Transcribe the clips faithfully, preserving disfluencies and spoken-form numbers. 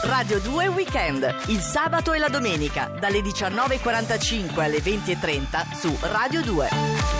Radio due Weekend, il sabato e la domenica, dalle diciannove e quarantacinque alle venti e trenta su Radio due.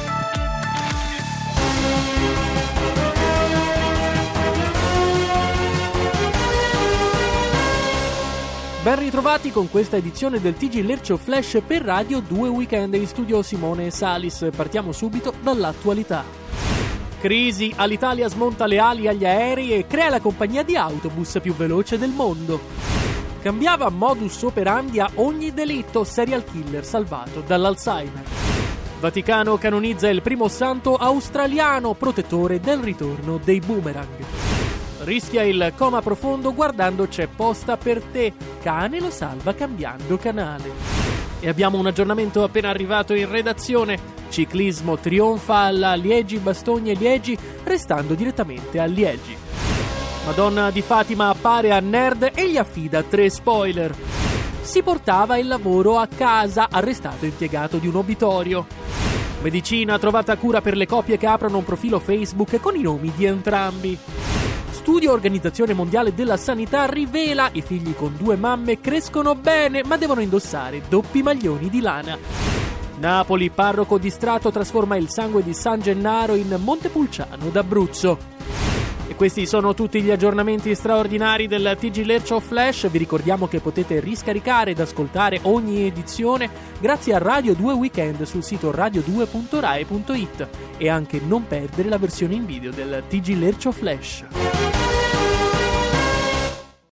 Ben ritrovati con questa edizione del T G Lercio Flash per Radio due Weekend, in studio Simone Salis. Partiamo subito dall'attualità. Crisi, Alitalia smonta le ali agli aerei e crea la compagnia di autobus più veloce del mondo. Cambiava modus operandi a ogni delitto, serial killer salvato dall'Alzheimer. Vaticano canonizza il primo santo australiano, protettore del ritorno dei boomerang. Rischia il coma profondo guardando C'è posta per te, cane lo salva cambiando canale. E abbiamo un aggiornamento appena arrivato in redazione. Ciclismo trionfa alla Liegi-Bastogne-Liegi, restando direttamente a Liegi. Madonna di Fatima appare a Nerd e gli affida tre spoiler. Si portava il lavoro a casa, arrestato impiegato di un obitorio. Medicina, trovata cura per le coppie che aprono un profilo Facebook con i nomi di entrambi. Studio Organizzazione Mondiale della Sanità rivela: i figli con due mamme crescono bene ma devono indossare doppi maglioni di lana. Napoli, parroco distratto trasforma il sangue di San Gennaro in Montepulciano d'Abruzzo. E questi sono tutti gli aggiornamenti straordinari del T G Lercio Flash. Vi ricordiamo che potete riscaricare ed ascoltare ogni edizione grazie a Radio due Weekend sul sito radio due punto rai punto it e anche non perdere la versione in video del T G Lercio Flash.